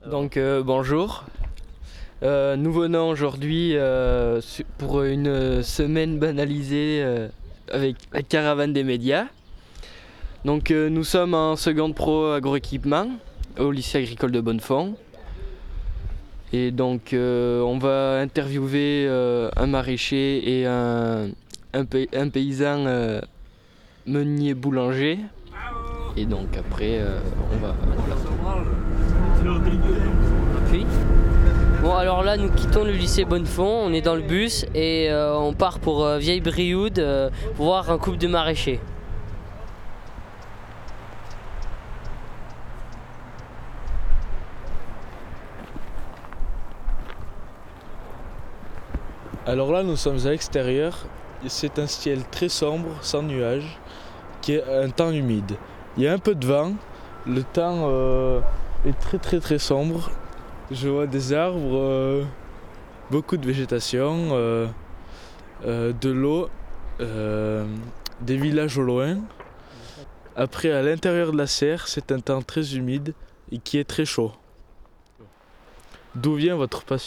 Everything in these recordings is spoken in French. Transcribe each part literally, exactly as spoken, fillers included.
Donc euh, bonjour, euh, nous venons aujourd'hui euh, pour une semaine banalisée euh, avec la caravane des médias. Donc euh, nous sommes en seconde pro agroéquipement au lycée agricole de Bonnefond. Et donc euh, on va interviewer euh, un maraîcher et un, un, pay, un paysan euh, meunier boulanger. Et donc après euh, on va... Voilà. Puis, bon alors là nous quittons le lycée Bonnefond, on est dans le bus et euh, on part pour euh, Vieille Brioude euh, pour voir un couple de maraîchers. Alors là nous sommes à l'extérieur, c'est un ciel très sombre, sans nuages, qui est un temps humide. Il y a un peu de vent, le temps euh, est très très très sombre. Je vois des arbres, euh, beaucoup de végétation, euh, euh, de l'eau, euh, des villages au loin. Après, à l'intérieur de la serre, c'est un temps très humide et qui est très chaud. D'où vient votre passion ?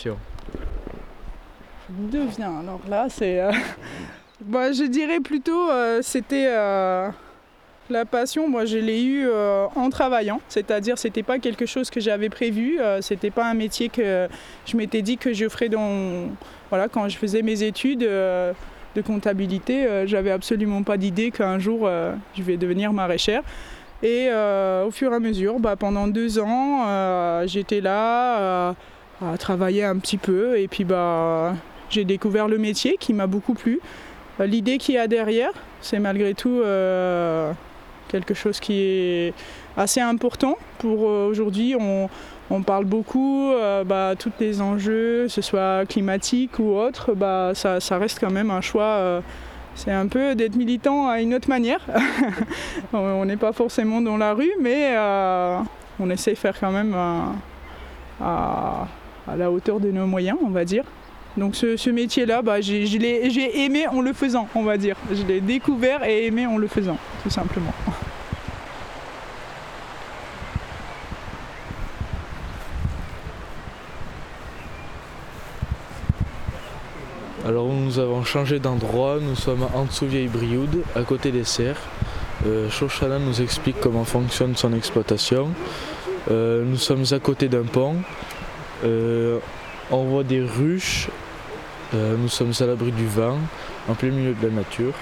D'où vient ? Alors là, c'est... Euh... bah, je dirais plutôt, euh, c'était... Euh... La passion, moi je l'ai eue euh, en travaillant, c'est-à-dire c'était pas quelque chose que j'avais prévu, euh, c'était pas un métier que je m'étais dit que je ferais dans, voilà, quand je faisais mes études euh, de comptabilité, euh, j'avais absolument pas d'idée qu'un jour euh, je vais devenir maraîchère. Et euh, au fur et à mesure, bah, pendant deux ans, euh, j'étais là euh, à travailler un petit peu et puis bah, j'ai découvert le métier qui m'a beaucoup plu. L'idée qu'il y a derrière, c'est malgré tout euh, quelque chose qui est assez important pour euh, aujourd'hui. On, on parle beaucoup, euh, bah, tous les enjeux, que ce soit climatique ou autre, bah, ça, ça reste quand même un choix. Euh, c'est un peu d'être militant à une autre manière. On n'est pas forcément dans la rue, mais euh, on essaie de faire quand même euh, à, à la hauteur de nos moyens, on va dire. Donc ce, ce métier-là, bah, j'ai, je l'ai, j'ai aimé en le faisant, on va dire. Je l'ai découvert et aimé en le faisant, tout simplement. Alors nous avons changé d'endroit, nous sommes en dessous Vieille Brioude, à côté des serres. Euh, Shoshana nous explique comment fonctionne son exploitation. Euh, nous sommes à côté d'un pont. Euh, on voit des ruches. Euh, nous sommes à l'abri du vent, en plein milieu de la nature.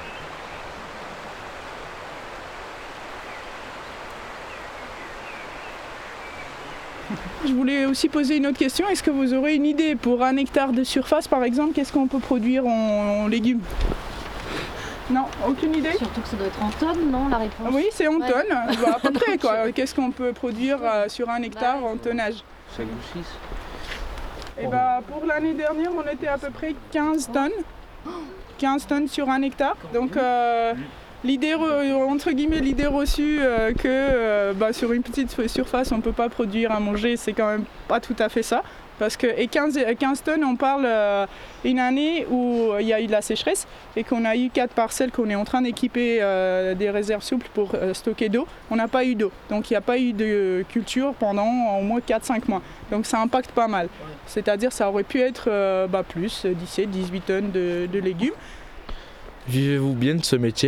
Je voulais aussi poser une autre question. Est-ce que vous aurez une idée pour un hectare de surface, par exemple, qu'est-ce qu'on peut produire en, en légumes ? Non, aucune idée ? Surtout que ça doit être en tonnes, non, la réponse ? Oui, c'est en ouais. tonnes, bah, à peu près quoi. Qu'est-ce qu'on peut produire euh, sur un hectare en tonnage ? cinq ou six. Et bah, pour l'année dernière, on était à peu près quinze tonnes. quinze tonnes sur un hectare. Donc euh, l'idée, entre guillemets, l'idée reçue euh, que euh, bah, sur une petite surface, on ne peut pas produire à manger, c'est quand même pas tout à fait ça. Parce que et quinze, quinze tonnes, on parle euh, une année où il y a eu de la sécheresse et qu'on a eu quatre parcelles qu'on est en train d'équiper euh, des réserves souples pour euh, stocker d'eau. On n'a pas eu d'eau, donc il n'y a pas eu de culture pendant au moins quatre à cinq mois. Donc ça impacte pas mal. C'est-à-dire ça aurait pu être euh, bah, plus, dix-sept à dix-huit tonnes de, de légumes. Vivez-vous bien de ce métier ?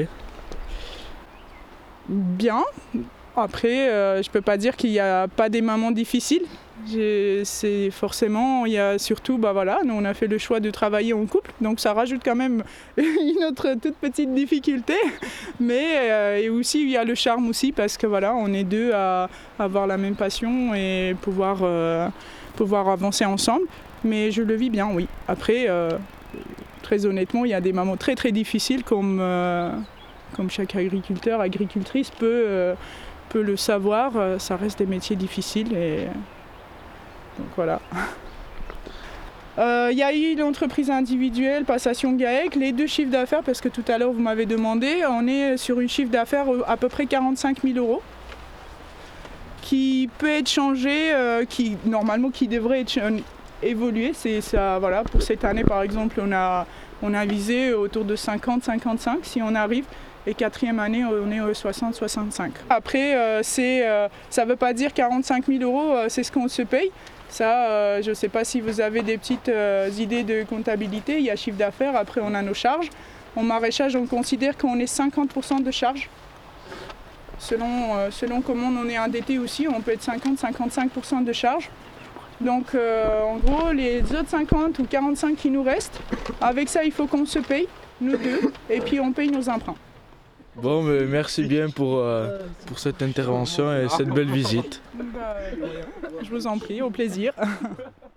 Bien. Après, euh, je peux pas dire qu'il n'y a pas des moments difficiles. J'ai, c'est forcément, il y a surtout, bah voilà, nous on a fait le choix de travailler en couple, donc ça rajoute quand même une autre toute petite difficulté. Mais euh, et aussi il y a le charme aussi parce que voilà, on est deux à avoir la même passion et pouvoir euh, pouvoir avancer ensemble. Mais je le vis bien, oui. Après, euh, très honnêtement, il y a des moments très très difficiles comme euh, comme chaque agriculteur, agricultrice peut euh, peut le savoir. Ça reste des métiers difficiles et donc voilà. Il euh, y a eu l'entreprise individuelle, passation GAEC, les deux chiffres d'affaires, parce que tout à l'heure vous m'avez demandé, on est sur un chiffre d'affaires à peu près quarante-cinq mille euros, qui peut être changé, euh, qui normalement qui devrait être évoluer. C'est ça, voilà. Pour cette année par exemple, on a, on a visé autour de cinquante à cinquante-cinq si on arrive. Et quatrième année, on est au soixante soixante-cinq. Après, euh, c'est, euh, ça ne veut pas dire quarante-cinq mille euros, euh, c'est ce qu'on se paye. Ça, euh, je ne sais pas si vous avez des petites euh, idées de comptabilité. Il y a chiffre d'affaires, après on a nos charges. En maraîchage, on considère qu'on est cinquante pour cent de charges. Selon, euh, selon comment on est endetté aussi, on peut être cinquante à cinquante-cinq pour cent de charges. Donc euh, en gros, les autres cinquante ou quarante-cinq qui nous restent, avec ça, il faut qu'on se paye, nous deux, et puis on paye nos emprunts. Bon, mais merci bien pour, euh, pour cette intervention et cette belle visite. Bah, je vous en prie, au plaisir.